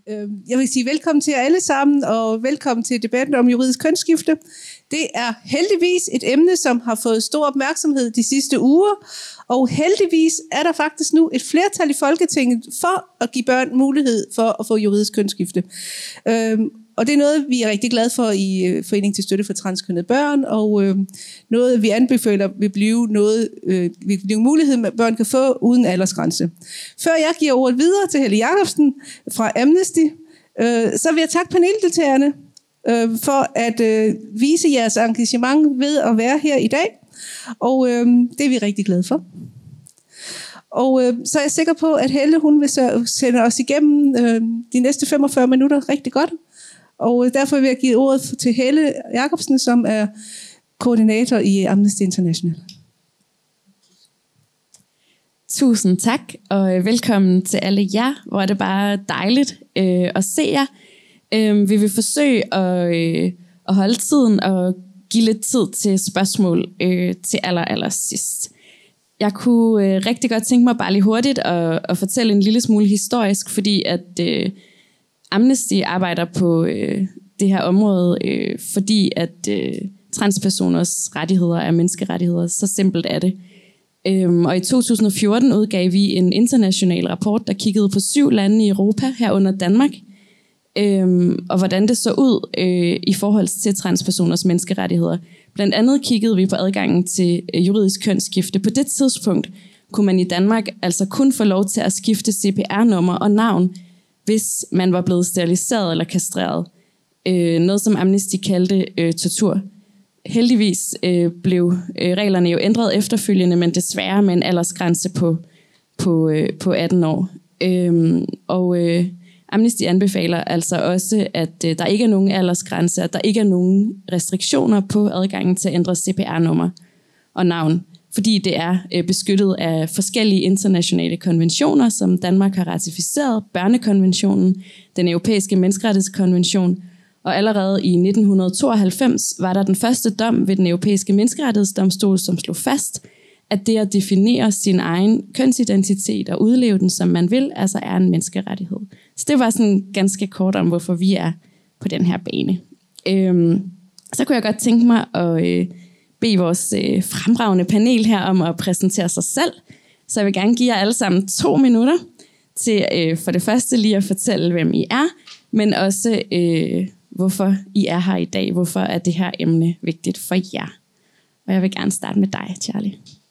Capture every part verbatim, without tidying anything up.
Jeg vil sige velkommen til jer alle sammen, og velkommen til debatten om juridisk kønsskifte. Det er heldigvis et emne, som har fået stor opmærksomhed de sidste uger, og heldigvis er der faktisk nu et flertal i Folketinget for at give børn mulighed for at få juridisk kønsskifte. Og det er noget, vi er rigtig glade for i Foreningen til Støtte for Transkønnede Børn, og noget, vi anbefaler, vil blive noget, vil blive mulighed, at børn kan få uden aldersgrænse. Før jeg giver ordet videre til Helle Jacobsen fra Amnesty, så vil jeg takke paneldeltagerne for at vise jeres engagement ved at være her i dag, og det er vi rigtig glade for. Og øh, så er jeg sikker på, at Helle hun vil sende os igennem øh, de næste femogfyrre minutter rigtig godt. Og derfor vil jeg give ordet til Helle Jacobsen, som er koordinator i Amnesty International. Tusind tak, og velkommen til alle jer, hvor er det bare dejligt øh, at se jer. Øh, vi vil forsøge at, øh, at holde tiden og give lidt tid til spørgsmål øh, til aller, aller sidst. Jeg kunne øh, rigtig godt tænke mig bare lige hurtigt at, at fortælle en lille smule historisk, fordi at øh, Amnesty arbejder på øh, det her område, øh, fordi at øh, transpersoners rettigheder er menneskerettigheder. Så simpelt er det. Øhm, og i to tusind og fjorten udgav vi en international rapport, der kiggede på syv lande i Europa, herunder Danmark, øhm, og hvordan det så ud øh, i forhold til transpersoners menneskerettigheder. Blandt andet kiggede vi på adgangen til øh, juridisk kønsskifte. På det tidspunkt kunne man i Danmark altså kun få lov til at skifte C P R-nummer og navn, hvis man var blevet steriliseret eller kastreret. Øh, noget, som Amnesty kaldte øh, tortur. Heldigvis øh, blev øh, reglerne jo ændret efterfølgende, men desværre med en aldersgrænse på, på, øh, på atten år. Øh, og øh, Amnesty anbefaler altså også, at øh, der ikke er nogen aldersgrænse, at der ikke er nogen restriktioner på adgangen til at ændre C P R-nummer og navn, fordi det er øh, beskyttet af forskellige internationale konventioner, som Danmark har ratificeret, børnekonventionen, den europæiske menneskerettighedskonvention, og allerede i nitten tooghalvfems var der den første dom ved den europæiske menneskerettighedsdomstol, som slog fast, at det at definere sin egen kønsidentitet og udleve den, som man vil, altså er en menneskerettighed. Så det var sådan ganske kort om, hvorfor vi er på den her bane. Øhm, så kunne jeg godt tænke mig at øh, bede vores øh, fremragende panel her om at præsentere sig selv. Så jeg vil gerne give jer alle sammen to minutter til øh, for det første lige at fortælle, hvem I er, men også øh, hvorfor I er her i dag. Hvorfor er det her emne vigtigt for jer? Og jeg vil gerne starte med dig, Charlie.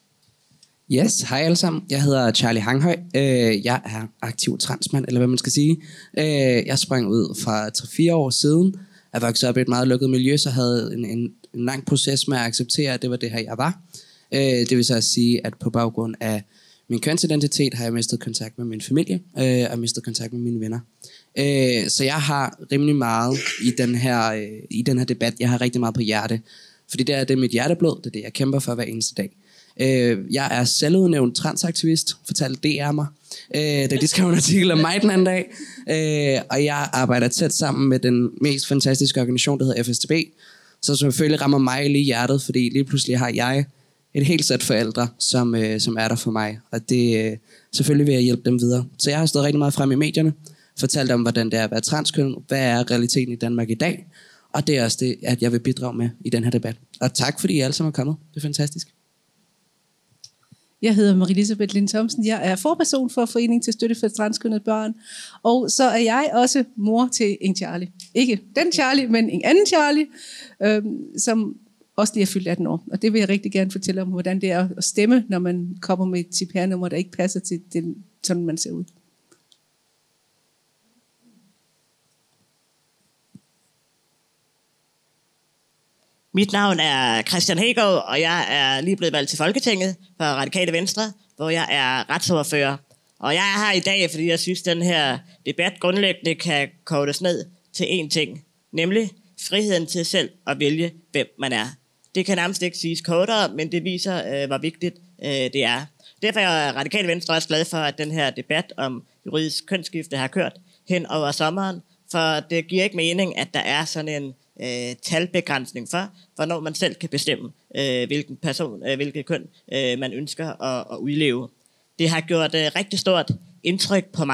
Yes, hej alle sammen. Jeg hedder Charlie Hanghøj. Jeg er aktiv transmand, eller hvad man skal sige. Jeg sprang ud fra tre fire år siden. Jeg voksede op i et meget lukket miljø, så havde en, en, en lang proces med at acceptere, at det var det her, jeg var. Det vil så sige, at på baggrund af min kønsidentitet har jeg mistet kontakt med min familie, og mistet kontakt med mine venner. Så jeg har rimelig meget i den her, i den her debat. Jeg har rigtig meget på hjerte, fordi det er det mit hjerteblod, det er det, jeg kæmper for hver eneste dag. Jeg er selvudnævnt transaktivist, fortalte D R mig, da de skrev en artikel om mig den anden dag. Og jeg arbejder tæt sammen med den mest fantastiske organisation, der hedder F S T B, så selvfølgelig rammer mig lige hjertet, fordi lige pludselig har jeg et helt sæt forældre, som, som er der for mig. Og det, selvfølgelig vil jeg hjælpe dem videre. Så jeg har stået rigtig meget frem i medierne, fortalt om, hvordan det er at være transkønnet, hvad er realiteten i Danmark i dag, og det er også det, at jeg vil bidrage med i den her debat. Og tak, fordi I alle sammen er kommet. Det er fantastisk. Jeg hedder Marie-Elisabeth Lind Thomsen. Jeg er forperson for Foreningen til Støtte for Transkønnede Børn. Og så er jeg også mor til en Charlie. Ikke den Charlie, men en anden Charlie, øhm, som også lige er fyldt atten år. Og det vil jeg rigtig gerne fortælle om, hvordan det er at stemme, når man kommer med et C P R-nummer, der ikke passer til den, sådan man ser ud. Mit navn er Christian Hegaard, og jeg er lige blevet valgt til Folketinget for Radikale Venstre, hvor jeg er retsordfører. Og jeg er her i dag, fordi jeg synes, at den her debat grundlæggende kan koges ned til én ting, nemlig friheden til selv at vælge, hvem man er. Det kan nærmest ikke siges kortere, men det viser, øh, hvor vigtigt øh, det er. Derfor er Radikale Venstre også glad for, at den her debat om juridisk kønsskifte har kørt hen over sommeren, for det giver ikke mening, at der er sådan en øh, talbegrænsning for, hvornår man selv kan bestemme, øh, hvilken person, øh, hvilket køn øh, man ønsker at, at udleve. Det har gjort øh, rigtig stort indtryk på mig,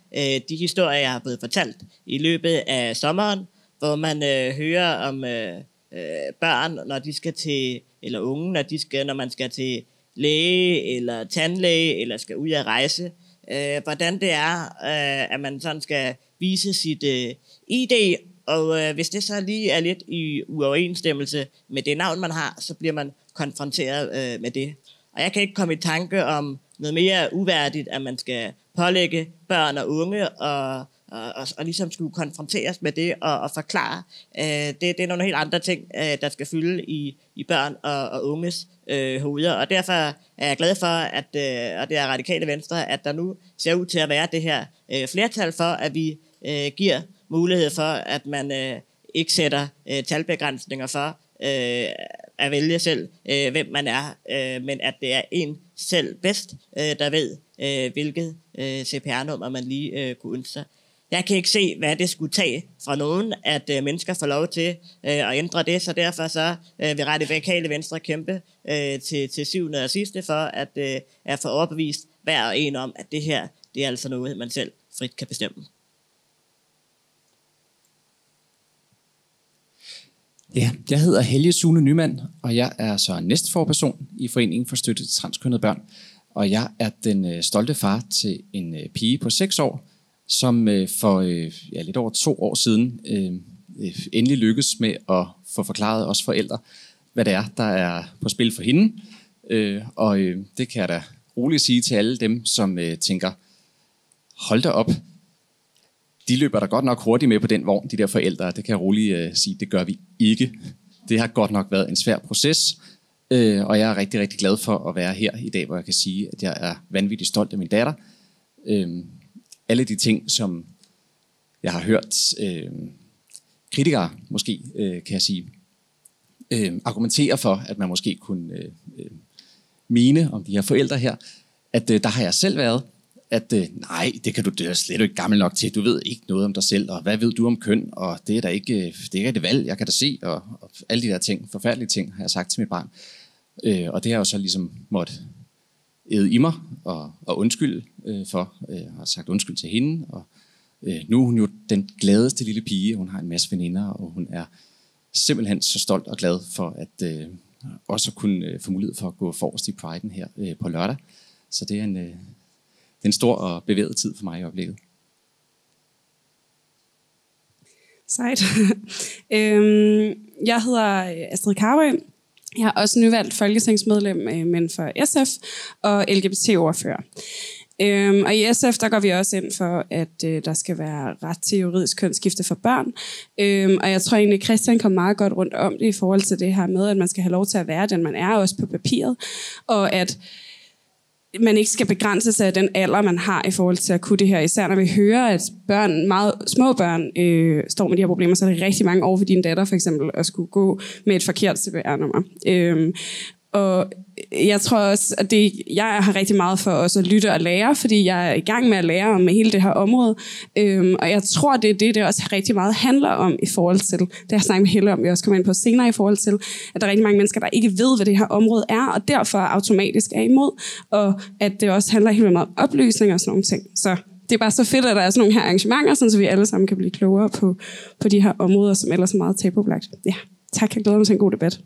øh, de historier, jeg har fået fortalt i løbet af sommeren, hvor man øh, hører om øh, øh, børn, når de skal til, eller unge, når, de skal, når man skal til læge eller tandlæge, eller skal ud at rejse. Øh, hvordan det er, øh, at man sådan skal vise sit øh, I D, og øh, hvis det så lige er lidt i uoverensstemmelse med det navn, man har, så bliver man konfronteret øh, med det. Og jeg kan ikke komme i tanke om noget mere uværdigt, at man skal pålægge børn og unge og, og, og, og ligesom skulle konfronteres med det og, og forklare. Øh, det, det er nogle helt andre ting, øh, der skal fylde i, i børn og, og unges øh, hoveder. Og derfor er jeg glad for, at, øh, og det er Radikale Venstre, at der nu ser ud til at være det her øh, flertal for, at vi øh, giver mulighed for, at man øh, ikke sætter øh, talbegrænsninger for øh, at vælge selv, øh, hvem man er, øh, men at det er en selv bedst, øh, der ved, øh, hvilket øh, C P R-nummer man lige øh, kunne ønske sig. Jeg kan ikke se, hvad det skulle tage fra nogen, at øh, mennesker får lov til øh, at ændre det, så derfor så øh, vil Radikale Venstre kæmpe øh, til, til syvende og sidste for at, øh, at få overbevist hver og en om, at det her, det er altså noget, man selv frit kan bestemme. Ja, jeg hedder Helge Sune Nyman, og jeg er så næstforperson i Foreningen for Støtte til Transkønnede Børn. Og jeg er den øh, stolte far til en øh, pige på seks år, som øh, for øh, ja, lidt over to år siden øh, øh, endelig lykkes med at få forklaret os forældre, hvad det er, der er på spil for hende. Øh, og øh, det kan jeg da roligt sige til alle dem, som øh, tænker, hold da op, de løber der godt nok hurtigt med på den vogn, de der forældre. Det kan jeg roligt øh, sige, det gør vi ikke. Det har godt nok været en svær proces, øh, og jeg er rigtig, rigtig glad for at være her i dag, hvor jeg kan sige, at jeg er vanvittigt stolt af min datter. Øh, alle de ting, som jeg har hørt øh, kritikere, måske øh, kan jeg sige, øh, argumentere for, at man måske kunne øh, øh, mene om de her forældre her, at øh, der har jeg selv været, at øh, nej, det kan du det er slet ikke gammel nok til, du ved ikke noget om dig selv, og hvad ved du om køn, og det er da ikke, det er ikke et valg, jeg kan da se, og, og alle de der ting, forfærdelige ting, har jeg sagt til mit barn. Øh, og det har jeg jo så ligesom måtte æde i mig, og, og undskyld øh, for, øh, og sagt undskyld til hende, og øh, nu er hun jo den gladeste lille pige, hun har en masse veninder, og hun er simpelthen så stolt og glad for, at øh, også kunne øh, få mulighed for at gå forrest i Pride'en her øh, på lørdag. Så det er en... Øh, Det er en stor og bevæget tid for mig i øjeblikket. Sejt. øhm, jeg hedder Astrid Carøe. Jeg er også nyvalgt folketingsmedlem, men for S F og L G B T-ordfører. Øhm, og i S F der går vi også ind for, at øh, der skal være ret til juridisk kønsskifte for børn. Øhm, og jeg tror egentlig, Christian kom meget godt rundt om det i forhold til det her med, at man skal have lov til at være den, man er, også på papiret. Og at man ikke skal begrænse sig af den alder, man har i forhold til at kunne det her. Især når vi hører, at børn, meget små børn øh, står med de her problemer, så er det rigtig mange år for din datter for eksempel at skulle gå med et forkert C P R-nummer. Øhm, og jeg tror også, at det, jeg har rigtig meget for også at lytte og lære, fordi jeg er i gang med at lære om hele det her område. Øhm, og jeg tror, det er det, det også rigtig meget handler om i forhold til, det har jeg snakket med Helle om, vi også kommer ind på senere, i forhold til, at der er rigtig mange mennesker, der ikke ved, hvad det her område er, og derfor automatisk er imod, og at det også handler helt meget om oplysning og sådan nogle ting. Så det er bare så fedt, at der er sådan nogle her arrangementer, så vi alle sammen kan blive klogere på, på de her områder, som ellers er meget tabubelagt. Ja, tak. Jeg glæder mig til en god debat.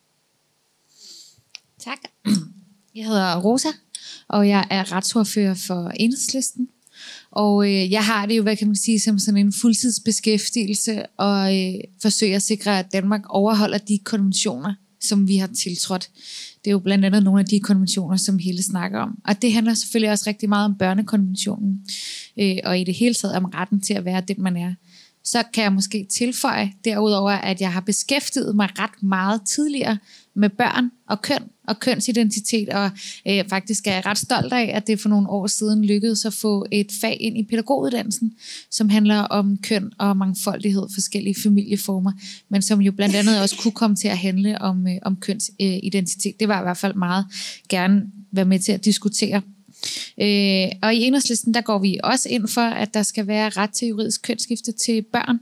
Tak. Jeg hedder Rosa, og jeg er retsordfører for Enhedslisten. Og øh, jeg har det jo, hvad kan man sige, som sådan en fuldtidsbeskæftigelse, og øh, forsøger at sikre, at Danmark overholder de konventioner, som vi har tiltrådt. Det er jo blandt andet nogle af de konventioner, som Helle snakker om. Og det handler selvfølgelig også rigtig meget om børnekonventionen, øh, og i det hele taget om retten til at være den, man er. Så kan jeg måske tilføje derudover, at jeg har beskæftiget mig ret meget tidligere med børn og køn og kønsidentitet, og øh, faktisk er jeg ret stolt af, at det for nogle år siden lykkedes at få et fag ind i pædagoguddannelsen, som handler om køn og mangfoldighed, forskellige familieformer, men som jo blandt andet også kunne komme til at handle om, øh, om kønsidentitet. Det var i hvert fald meget gerne være med til at diskutere. Øh, og i Enhedslisten, der går vi også ind for, at der skal være ret til juridisk kønsskifte til børn.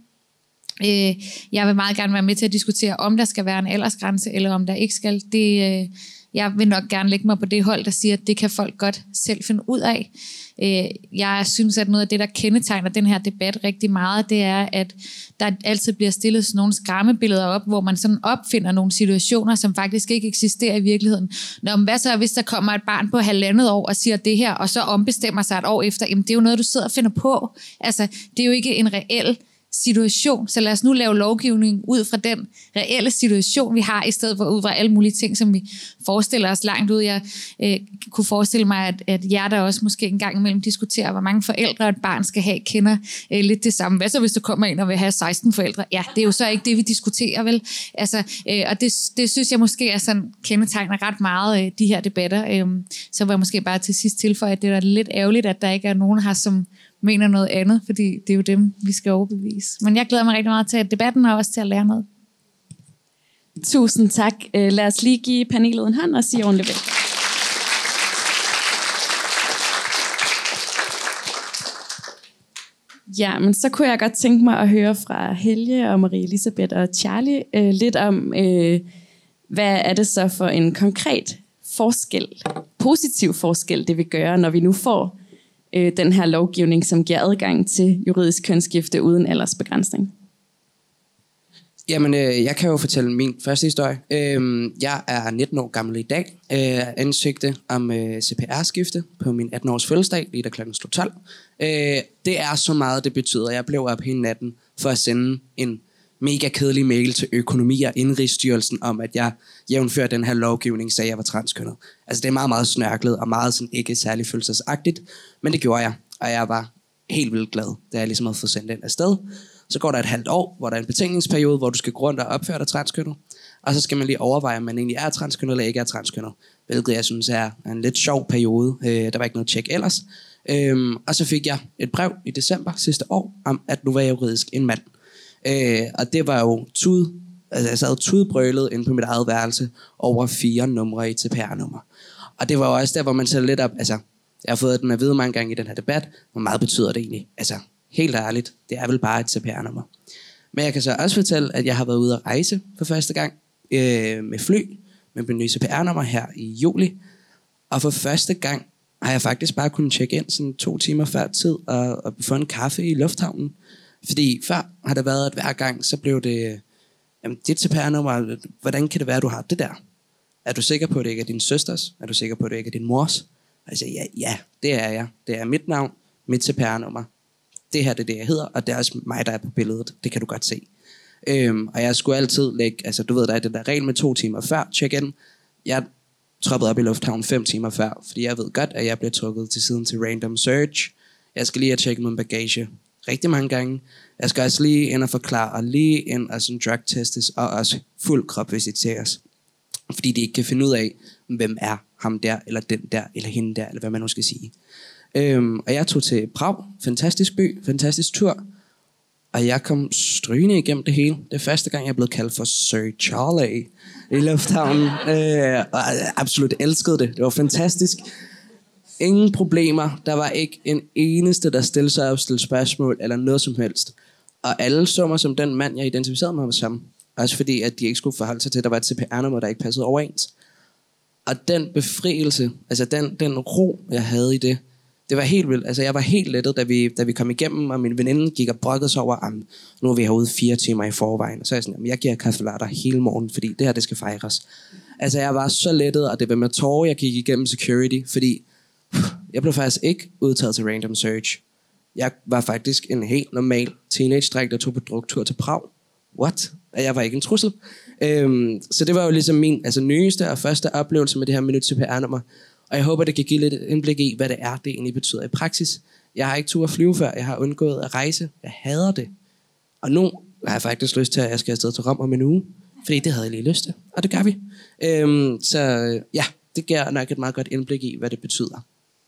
Øh, jeg vil meget gerne være med til at diskutere, om der skal være en aldersgrænse, eller om der ikke skal. Det, øh, jeg vil nok gerne lægge mig på det hold, der siger, at det kan folk godt selv finde ud af. Jeg synes, at noget af det, der kendetegner den her debat rigtig meget, det er, at der altid bliver stillet sådan nogle skræmmebilleder op, hvor man sådan opfinder nogle situationer, som faktisk ikke eksisterer i virkeligheden. Nå, men hvad så, hvis der kommer et barn på halvandet år og siger det her, og så ombestemmer sig et år efter? Jamen, det er jo noget, du sidder og finder på. Altså, det er jo ikke en reel situation, så lad os nu lave lovgivning ud fra den reelle situation, vi har, i stedet for ud fra alle mulige ting, som vi forestiller os langt ud. Jeg øh, kunne forestille mig, at, at jer der også måske en gang imellem diskuterer, hvor mange forældre et barn skal have, kender øh, lidt det samme. Hvad så, hvis du kommer ind og vil have seksten forældre? Ja, det er jo så ikke det, vi diskuterer, vel? Altså, øh, og det, det synes jeg måske er sådan, kendetegner ret meget øh, de her debatter. Øh, så vil jeg måske bare til sidst tilføje, at det er lidt ærgerligt, at der ikke er nogen her, som mener noget andet, fordi det er jo dem, vi skal overbevise. Men jeg glæder mig rigtig meget til debatten, og også til at lære noget. Tusind tak. Lad os lige give panelet en hånd og sige ordentligt velkommen. Ja, men så kunne jeg godt tænke mig at høre fra Helge og Marie Elisabeth og Charlie øh, lidt om, øh, hvad er det så for en konkret forskel, positiv forskel, det vil gøre, når vi nu får den her lovgivning, som giver adgang til juridisk kønsskifte uden aldersbegrænsning? Jamen, øh, jeg kan jo fortælle min første historie. Øh, jeg er nitten år gammel i dag. Jeg øh, ansøgte om øh, C P R-skifte på min atten-års fødselsdag, lige da klokken slog tolv. Øh, det er så meget, det betyder. Jeg blev op hele natten for at sende en mega kedelig mail til Økonomi- og Indrigsstyrelsen om, at jeg jævnfør den her lovgivning sagde, at jeg var transkønnet. Altså, det er meget, meget snørklet og meget sådan ikke særlig følelsesagtigt, men det gjorde jeg, og jeg var helt vildt glad, da jeg ligesom havde fået sendt den afsted. Så går der et halvt år, hvor der er en betænkningsperiode, hvor du skal gå rundt og opføre dig transkønnet, og så skal man lige overveje, om man egentlig er transkønnet eller ikke er transkønnet, hvilket jeg synes er en lidt sjov periode. Øh, der var ikke noget tjek ellers. Øh, og så fik jeg et brev i december sidste år, om at nu var jeg juridisk en mand. Øh, og det var jo tud, altså jeg sad tudbrølet inde på mit eget værelse over fire numre i T P R-nummer. Og det var jo også der, hvor man sætter lidt op, altså jeg har fået den at vide mange gange i den her debat, hvor meget betyder det egentlig? Altså helt ærligt, det er vel bare et T P R-nummer. Men jeg kan så også fortælle, at jeg har været ude at rejse for første gang øh, med fly, med min nye C P R-nummer her i juli. Og for første gang har jeg faktisk bare kunnet tjekke ind sådan to timer før tid og, og få en kaffe i lufthavnen. Fordi før har det været, at hver gang, så blev det, jamen dit C P R-nummer, hvordan kan det være, at du har det der? Er du sikker på, at det ikke er din søsters? Er du sikker på, at det ikke er din mors? Og jeg siger, ja, ja, det er jeg. Det er mit navn, mit C P R-nummer. Det her, det er det, jeg hedder, og det er også mig, der er på billedet. Det kan du godt se. Øhm, og jeg skulle altid lægge, altså du ved, der er den der regel med to timer før check-in. Jeg troppede op i lufthavnen fem timer før, fordi jeg ved godt, at jeg bliver trukket til siden til random search. Jeg skal lige have tjekket min bagage rigtig mange gange. Jeg skal også lige ind og forklare, og lige ind og sådan drug testes, og også fuld krop visiteres. Fordi de ikke kan finde ud af, hvem er ham der, eller den der, eller hende der, eller hvad man nu skal sige. Øhm, og jeg tog til Prag, fantastisk by, fantastisk tur, og jeg kom strygende igennem det hele. Det er første gang, jeg er blevet kaldt for Sir Charlie i lufthavnen, øh, og jeg absolut elskede det. Det var fantastisk. Ingen problemer. Der var ikke en eneste, der stillede sig op og stillede spørgsmål, eller noget som helst. Og alle så mig som den mand, jeg identificerede mig som. Også fordi, at de ikke skulle forholde sig til, at der var et C P R-nummer, der ikke passede overens. Og den befrielse, altså den, den ro, jeg havde i det, det var helt vildt. Altså jeg var helt lettet, da vi, da vi kom igennem, og min veninde gik og brokkede sig over, om nu er vi herude fire timer i forvejen. Og så er jeg sådan, jamen, jeg giver kaffe latte hele morgen, fordi det her, det skal fejres. Altså jeg var så lettet, og det var med tårer, jeg gik igennem security, fordi jeg blev faktisk ikke udtaget til random search. Jeg var faktisk en helt normal teenage-dreng, der tog på druktur til Prag. What? Jeg var ikke en trussel. Øhm, så det var jo ligesom min altså, nyeste og første oplevelse med det her med nyt C P R-nummer. Og jeg håber, det kan give lidt indblik i, hvad det er, det egentlig betyder i praksis. Jeg har ikke tur at flyve før. Jeg har undgået at rejse. Jeg hader det. Og nu har jeg faktisk lyst til, at jeg skal afsted til Rom om en uge. Fordi det havde jeg lige lyst til. Og det gør vi. Øhm, så ja, det giver nok et meget godt indblik i, hvad det betyder.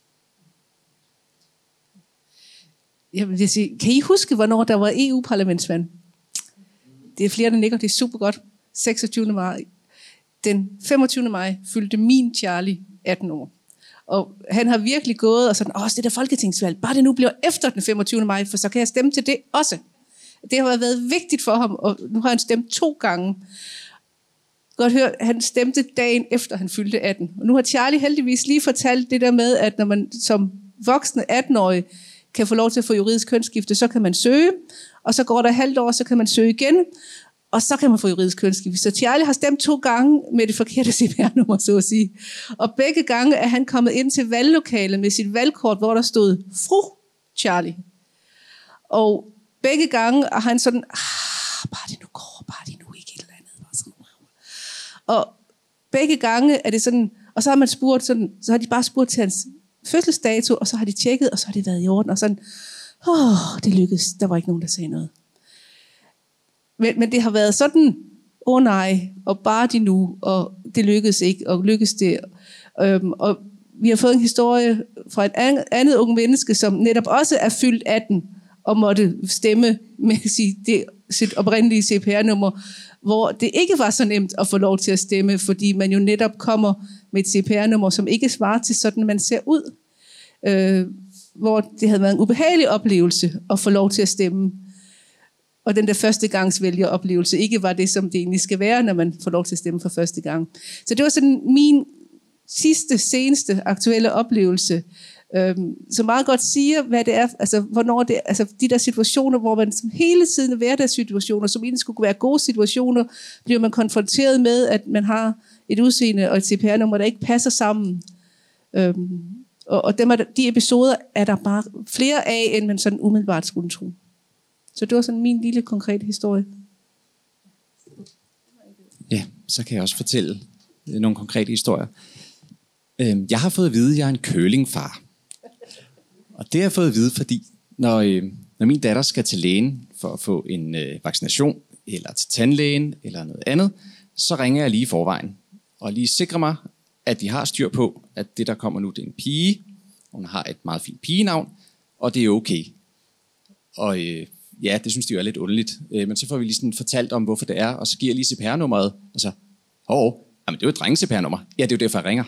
Jeg vil sige, kan I huske, hvornår der var E U-parlamentsvalg? Det er flere, der nikker. Det er super godt. seksogtyvende maj. Den femogtyvende maj fyldte min Charlie atten år. Og han har virkelig gået og sådan, åh, det der folketingsvalg, bare det nu bliver efter den femogtyvende maj, for så kan jeg stemme til det også. Det har været vigtigt for ham, og nu har han stemt to gange. godt høre, han stemte dagen efter, han fyldte atten. Og nu har Charlie heldigvis lige fortalt det der med, at når man som voksne atten-årig kan få lov til at få juridisk kønsskifte, så kan man søge, og så går der halvt år, så kan man søge igen, og så kan man få juridisk kønsskifte. Så Charlie har stemt to gange med det forkerte C P R-nummer, så at sige. Og begge gange er han kommet ind til valglokalet med sit valgkort, hvor der stod fru Charlie. Og begge gange er han sådan, ah, bare det nu går, bare det nu ikke et eller andet. Og begge gange er det sådan, og så har man spurgt sådan, så har de bare spurgt til hans fødselsdato, og så har de tjekket, og så har det været i orden, og sådan, åh, det lykkedes, der var ikke nogen, der sagde noget. Men, men det har været sådan, åh oh nej, og bare de nu, og det lykkedes ikke, og lykkedes det. Øhm, og vi har fået en historie fra et andet unge menneske, som netop også er fyldt atten, og måtte stemme med sit, det, sit oprindelige C P R-nummer, hvor det ikke var så nemt at få lov til at stemme, fordi man jo netop kommer med et C P R-nummer, som ikke svarer til sådan, man ser ud. Øh, hvor det havde været en ubehagelig oplevelse at få lov til at stemme. Og den der førstegangsvælgeroplevelse ikke var det, som det egentlig skal være, når man får lov til at stemme for første gang. Så det var sådan min sidste, seneste aktuelle oplevelse, øhm, som meget godt siger, hvad det er, altså, hvornår det, altså de der situationer, hvor man som hele tiden er hverdagssituationer, som egentlig skulle være gode situationer, bliver man konfronteret med, at man har et udseende og et C P R-nummer, der ikke passer sammen. Øhm, og og dem er, de episoder er der bare flere af, end man sådan umiddelbart skulle tro. Så det var sådan min lille konkrete historie. Ja, så kan jeg også fortælle nogle konkrete historier. Jeg har fået at vide, at jeg er en curlingfar. Og det har jeg fået at vide, fordi når, når min datter skal til lægen for at få en øh, vaccination, eller til tandlægen, eller noget andet, så ringer jeg lige i forvejen. Og lige sikrer mig, at de har styr på, at det, der kommer nu, det er en pige. Hun har et meget fint pigenavn, og det er okay. Og øh, ja, det synes de jo er lidt underligt. Øh, men så får vi lige sådan fortalt om, hvorfor det er, og så giver jeg lige C P R-nummeret, og så, åh, jamen det er jo et drenge-C P R-nummer. Ja, det er jo derfor, jeg ringer.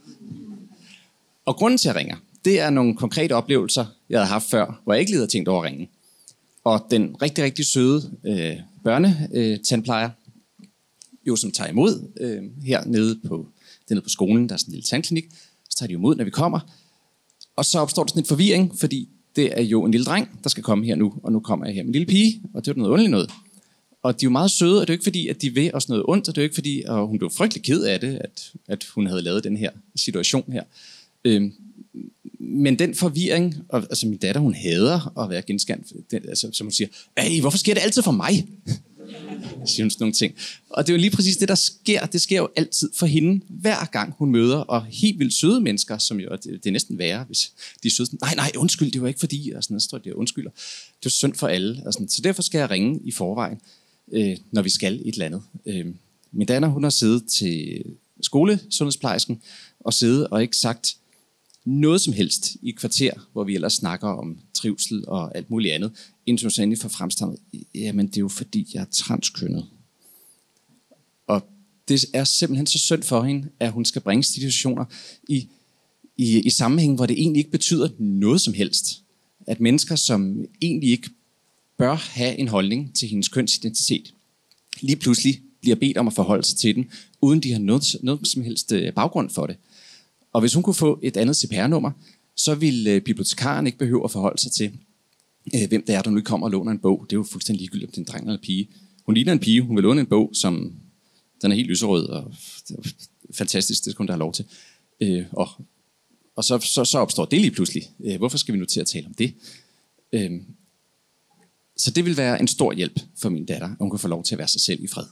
Og grunden til, at jeg ringer, det er nogle konkrete oplevelser, jeg havde haft før, hvor jeg ikke lige havde tænkt over at ringe. Og den rigtig, rigtig søde øh, børnetandplejer, jo som tager imod øh, hernede på, dernede på skolen, der er sådan en lille tandklinik, så tager de imod, når vi kommer. Og så opstår der sådan en forvirring, fordi det er jo en lille dreng, der skal komme her nu, og nu kommer jeg her med en lille pige, og det er jo noget underligt noget. Og de er jo meget søde, og det er jo ikke fordi, at de vil os noget ondt, og det er jo ikke fordi, og hun blev frygtelig ked af det, at, at hun havde lavet den her situation her. Øhm, men den forvirring, og, altså min datter, hun hader at være genstand, den, altså, som hun siger, ej, hvorfor sker det altid for mig? Siger hun sådan nogle ting. Og det er jo lige præcis det, der sker. Det sker jo altid for hende, hver gang hun møder, og helt vildt søde mennesker, som jo, det, det er næsten værre, hvis de er søde sådan, nej, nej, undskyld, det var ikke fordi, og sådan, så tror jeg, det er undskylder. Det er synd for alle, og sådan. Så derfor skal jeg ringe i forvejen, øh, når vi skal et eller andet. Øh, min datter, hun har siddet til skolesundhedsplejersken, og siddet og ikke sagt noget som helst i et kvarter, hvor vi ellers snakker om trivsel og alt muligt andet, indtil hun så endelig får fremstammet, jamen det er jo fordi, jeg er transkønnet. Og det er simpelthen så synd for hende, at hun skal bringe situationer i, i, i sammenhæng, hvor det egentlig ikke betyder noget som helst. At mennesker, som egentlig ikke bør have en holdning til hendes kønsidentitet, lige pludselig bliver bedt om at forholde sig til den, uden de har noget, noget som helst baggrund for det. Og hvis hun kunne få et andet C P R-nummer, så ville bibliotekaren ikke behøve at forholde sig til, øh, hvem det er, der nu kommer og låner en bog. Det er jo fuldstændig ligegyldigt, om det er en dreng eller en pige. Hun ligner en pige, hun vil låne en bog, som den er helt lyserød og fantastisk, det skal hun da have lov til. Øh, og og så, så, så opstår det lige pludselig. Øh, hvorfor skal vi nu til at tale om det? Øh, så det vil være en stor hjælp for min datter, at hun kan få lov til at være sig selv i fred.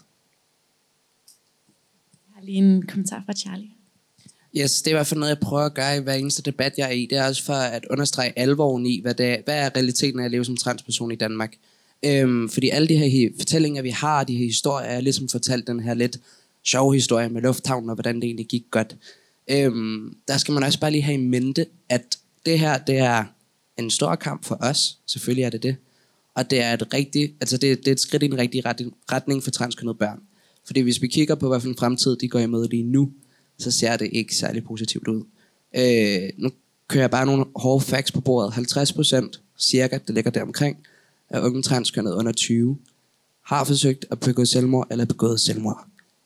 Jeg har lige en kommentar fra Charlie. Yes, det er i hvert fald noget, jeg prøver at gøre i hver eneste debat, jeg er i. Det er også for at understrege alvoren i, hvad, det er, hvad er realiteten af at leve som transperson i Danmark. Øhm, fordi alle de her fortællinger, vi har, de her historier, er ligesom fortalt den her lidt sjove historie med lufthavnen, og hvordan det egentlig gik godt. Øhm, der skal man også bare lige have i mente, at det her, det er en stor kamp for os. Selvfølgelig er det det. Og det er et rigtigt, altså det, det er et skridt i den rigtige retning for transkønnede børn. Fordi hvis vi kigger på, hvad for en fremtid de går imod lige nu, så ser det ikke særlig positivt ud. Øh, nu kører jeg bare nogle hårde facts på bordet. halvtreds procent cirka, det ligger der omkring, af unge transkønnede under tyve, har forsøgt at begå selvmord eller begået selvmord.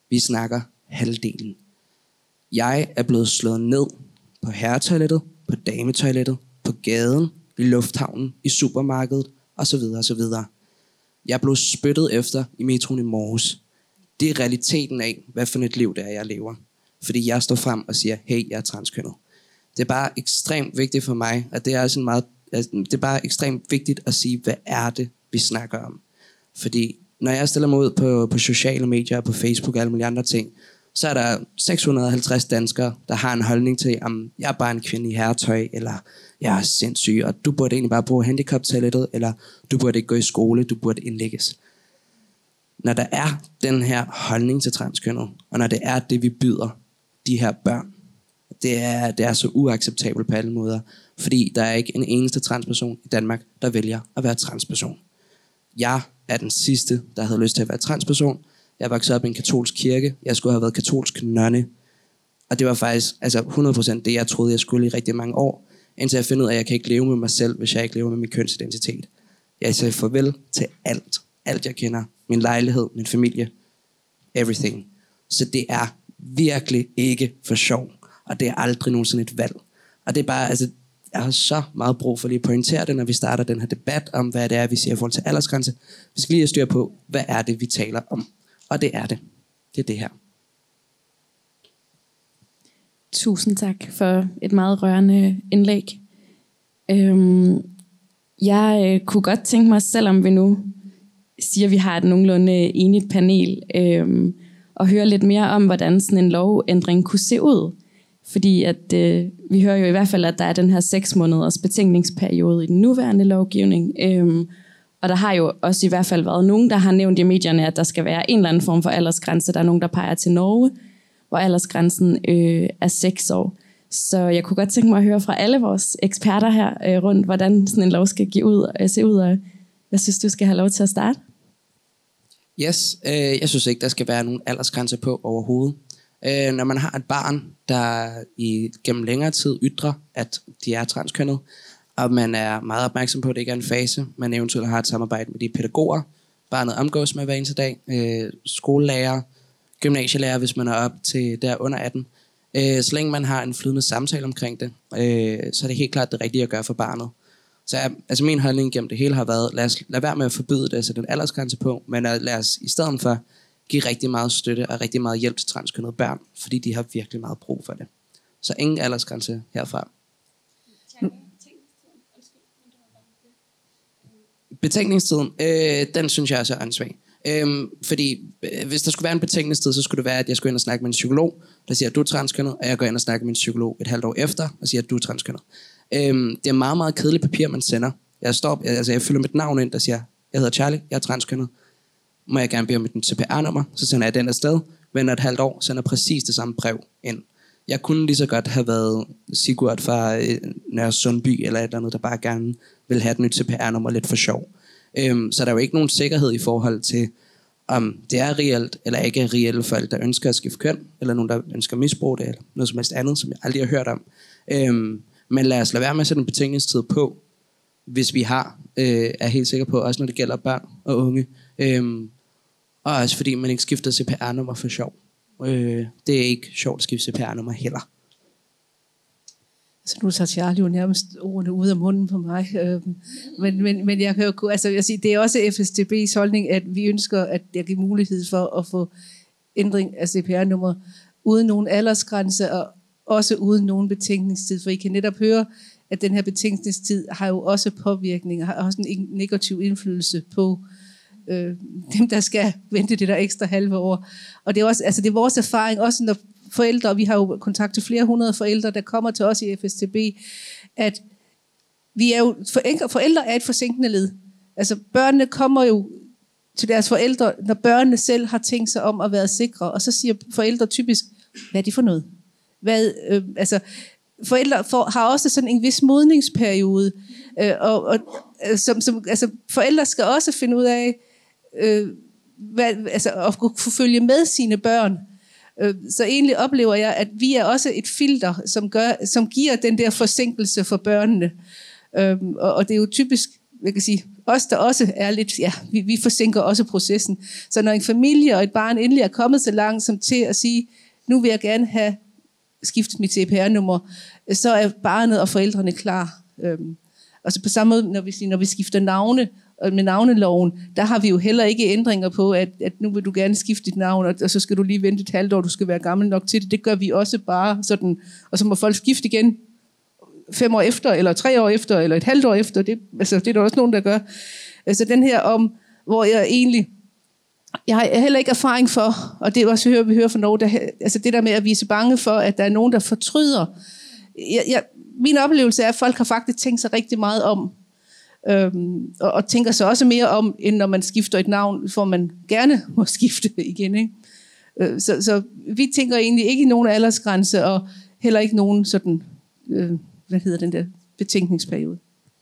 Vi snakker halvdelen. Jeg er blevet slået ned på herretoilettet, på dametoilettet, på gaden, i lufthavnen, i supermarkedet osv. osv. Jeg blev spyttet efter i metroen i morges. Det er realiteten af, hvad for et liv det er, jeg lever. Fordi jeg står frem og siger, hey, jeg er transkønnet. Det er bare ekstremt vigtigt for mig, at det er sådan meget, det er bare ekstremt vigtigt at sige, hvad er det, vi snakker om. Fordi når jeg stiller mig ud på, på sociale medier, på Facebook og alle mulige andre ting, så er der seks hundrede og halvtreds danskere, der har en holdning til, om jeg er bare en kvinde i herretøj, eller jeg er sindssyg, og du burde egentlig bare bruge handicaptoilettet, eller du burde ikke gå i skole, du burde indlægges. Når der er den her holdning til transkønnet, og når det er det, vi byder de her børn, det er, det er så uacceptabelt på alle måder, fordi der er ikke en eneste transperson i Danmark, der vælger at være transperson. Jeg er den sidste, der havde lyst til at være transperson. Jeg voksede op i en katolsk kirke. Jeg skulle have været katolsk nonne. Og det var faktisk altså hundrede procent det, jeg troede, jeg skulle i rigtig mange år. Indtil jeg finder ud af, at jeg kan ikke leve med mig selv, hvis jeg ikke lever med min kønsidentitet. Jeg siger farvel til alt. Alt jeg kender. Min lejlighed, min familie. Everything. Så det er virkelig ikke for sjov. Og det er aldrig nogensinde et valg. Og det er bare, altså, jeg har så meget brug for lige at pointere det, når vi starter den her debat om, hvad det er, vi siger i forhold til aldersgrænse. Vi skal lige have styr på, hvad er det, vi taler om. Og det er det. Det er det her. Tusind tak for et meget rørende indlæg. Øhm, jeg øh, kunne godt tænke mig, selvom vi nu siger, at vi har et nogenlunde enigt panel, øhm, og høre lidt mere om, hvordan sådan en lovændring kunne se ud. Fordi at, øh, vi hører jo i hvert fald, at der er den her seks måneders betænkningsperiode i den nuværende lovgivning. Øhm, og der har jo også i hvert fald været nogen, der har nævnt i medierne, at der skal være en eller anden form for aldersgrænse. Der er nogen, der peger til Norge, hvor aldersgrænsen øh, er seks år. Så jeg kunne godt tænke mig at høre fra alle vores eksperter her øh, rundt, hvordan sådan en lov skal give ud, øh, se ud. Og jeg synes, du skal have lov til at starte. Yes, øh, jeg synes ikke, der skal være nogen aldersgrænse på overhovedet. Øh, når man har et barn, der i gennem længere tid ytrer, at de er transkønnet, og man er meget opmærksom på, at det ikke er en fase, man eventuelt har et samarbejde med de pædagoger, barnet omgås med hver eneste dag, øh, skolelærer, gymnasielærer, hvis man er op til der under atten. Øh, så længe man har en flydende samtale omkring det, øh, så er det helt klart det rigtige at gøre for barnet. Så jeg, altså min holdning gennem det hele har været, lad os lade være med at forbyde det, så den aldersgrænse på, men lad os i stedet for give rigtig meget støtte og rigtig meget hjælp til transkønnede børn, fordi de har virkelig meget brug for det. Så ingen aldersgrænse herfra. Betænkningstiden, øh, den synes jeg er så åndssvag. Øhm, fordi øh, hvis der skulle være en betænkningstid, så skulle det være, at jeg skulle ind og snakke med en psykolog, der siger, at du er transkønnet, og jeg går ind og snakker med en psykolog et halvt år efter, og siger, at du er transkønnet. Øhm, det er meget, meget kedeligt papir, man sender. Jeg står, altså jeg fylder mit navn ind, der siger, jeg hedder Charlie, jeg er transkønnet. Må jeg gerne bede om et C P R-nummer, så sender jeg den afsted, vender et halvt år, sender præcis det samme brev ind. Jeg kunne lige så godt have været Sigurd fra Nørre Sundby, eller et eller andet, der bare gerne vil have et nyt C P R-nummer lidt for sjov. Øhm, så der er jo ikke nogen sikkerhed i forhold til, om det er reelt, eller ikke er reelle folk, der ønsker at skifte køn, eller nogen, der ønsker at misbruge det, eller noget som helst andet, som jeg aldrig har hørt om. Øhm, men lad os lade være med at sætte en betænkningstid på, hvis vi har, øh, er helt sikker på, også når det gælder børn og unge. Øhm, og også fordi man ikke skifter C P R-nummer for sjov. Øh, det er ikke sjovt at skifte C P R-nummer heller. Så nu tager Charlie jo nærmest ordene ud af munden på mig. Men, men, men jeg kan jo, altså jeg siger, det er også F S T B's holdning, at vi ønsker, at der giver mulighed for at få ændring af C P R-nummer uden nogen aldersgrænse og også uden nogen betænkningstid. For I kan netop høre, at den her betænkningstid har jo også påvirkning, har også en negativ indflydelse på øh, dem, der skal vente det der ekstra halve år. Og det er også, altså det er vores erfaring, også når forældre, og vi har jo kontakt til flere hundrede forældre, der kommer til os i F S T B, at vi er jo, forældre er et forsinkende led. Altså børnene kommer jo til deres forældre, når børnene selv har tænkt sig om at være sikre, og så siger forældre typisk, hvad er det for noget? Hvad, øh, altså, forældre får, har også sådan en vis modningsperiode, øh, og, og som, som, altså, forældre skal også finde ud af, øh, hvad, altså, at kunne følge med sine børn. Så egentlig oplever jeg, at vi er også et filter, som, gør, som giver den der forsinkelse for børnene. Og det er jo typisk jeg kan sige, os der også er lidt, ja, vi, vi forsinker også processen. Så når en familie og et barn endelig er kommet så langt som til at sige, nu vil jeg gerne have skiftet mit C P R-nummer, så er barnet og forældrene klar. Øhm, og så på samme måde, når vi, når vi skifter navne, og med navneloven, der har vi jo heller ikke ændringer på, at, at nu vil du gerne skifte dit navn, og, og så skal du lige vente et halvt år, du skal være gammel nok til det. Det gør vi også bare sådan, og så må folk skifte igen fem år efter, eller tre år efter, eller et halvt år efter. Det, altså, det er der også nogen, der gør. Altså den her om, hvor jeg egentlig, jeg har heller ikke erfaring for, og det er også, hører, vi hører fra nogen, der, altså det der med at vise bange for, at der er nogen, der fortryder. Jeg, jeg, min oplevelse er, at folk har faktisk tænkt sig rigtig meget om, øhm, og, og tænker sig også mere om, end når man skifter et navn, for man gerne må skifte igen. Ikke? Øh, så, så vi tænker egentlig ikke i nogen aldersgrænse, og heller ikke nogen sådan, øh, hvad hedder den der, betænkningsperiode.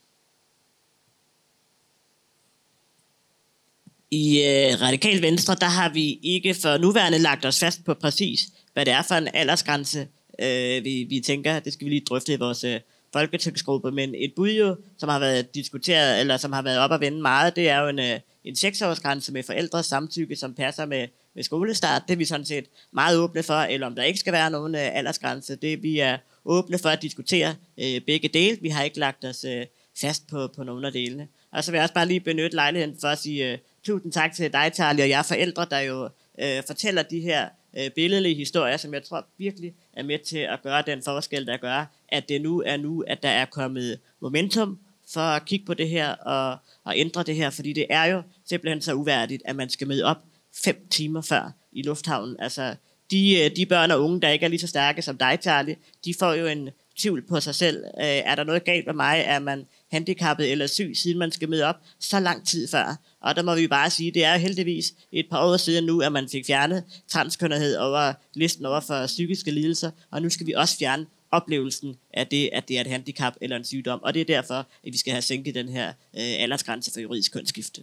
I øh, Radikal Venstre, der har vi ikke for nuværende lagt os fast på præcis, hvad det er for en aldersgrænse, øh, vi, vi tænker. Det skal vi lige drøfte i vores øh, folketingsgruppe. Men et bud jo, som har været diskuteret, eller som har været op at vende meget, det er jo en, øh, en seksårsgrænse med forældres samtykke, som passer med, med skolestart. Det er vi sådan set meget åbne for, eller om der ikke skal være nogen øh, aldersgrænse. Det vi er åbne for at diskutere øh, begge dele. Vi har ikke lagt os øh, fast på, på nogen af delene. Og så vil jeg også bare lige benytte lejligheden for at sige øh, tusind tak til dig, Charlie, og jer forældre, der jo øh, fortæller de her øh, billedlige historier, som jeg tror virkelig er med til at gøre den forskel, der gør, at det nu er nu, at der er kommet momentum for at kigge på det her og, og ændre det her, fordi det er jo simpelthen så uværdigt, at man skal møde op fem timer før i lufthavnen. Altså, de, de børn og unge, der ikke er lige så stærke som dig, Charlie, de får jo en tvivl på sig selv. Øh, er der noget galt med mig? Er man handicappet eller syg, siden man skal møde op så lang tid før? Og der må vi bare sige, det er heldigvis et par år siden nu, at man fik fjernet transkønnethed over listen over for psykiske lidelser, og nu skal vi også fjerne oplevelsen af det, at det er et handicap eller en sygdom, og det er derfor, at vi skal have sænket den her øh, aldersgrænse for juridisk kønsskifte.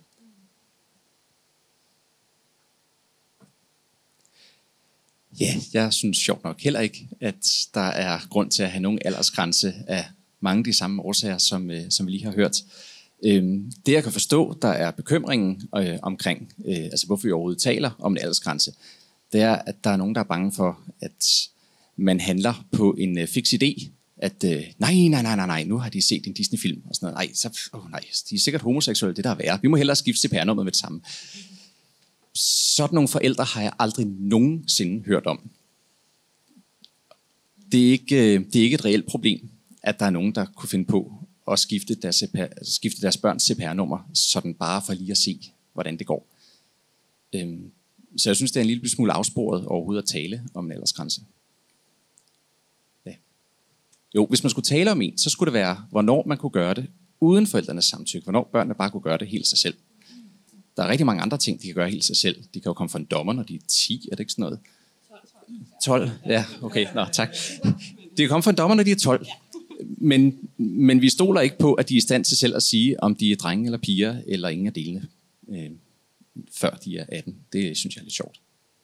Ja, jeg synes sjovt nok heller ikke, at der er grund til at have nogen aldersgrænse af mange af de samme årsager, som, øh, som vi lige har hørt. Øhm, det jeg kan forstå, der er bekymringen øh, omkring, øh, altså hvorfor vi overhovedet taler om en aldersgrænse, det er, at der er nogen, der er bange for, at man handler på en øh, fix idé, at øh, nej, nej, nej, nej, nej, nu har de set en Disney-film, og sådan noget, nej, så, oh, nej, de er sikkert homoseksuelle, det der er værre, vi må hellere skifte C P R-nummeret med det samme. Sådan nogle forældre har jeg aldrig nogensinde hørt om. Det er ikke, det er ikke et reelt problem, at der er nogen, der kunne finde på at skifte deres, C P R, skifte deres børns C P R-nummer, sådan bare for lige at se, hvordan det går. Øhm, så jeg synes, det er en lille smule afsporet overhovedet at tale om en aldersgrænse. Ja. Jo, hvis man skulle tale om en, så skulle det være, hvornår man kunne gøre det uden forældrenes samtykke. Hvornår børnene bare kunne gøre det helt sig selv. Der er rigtig mange andre ting, de kan gøre helt sig selv. De kan jo komme for en dommer, når de er ti, er det ikke sådan noget? tolv, ja, okay, nå, tak. De kan komme for en dommer, når de er tolv. Men, men vi stoler ikke på, at de er i stand til selv at sige, om de er drenge eller piger, eller ingen af delene, øh, før de er atten. Det synes jeg er lidt sjovt.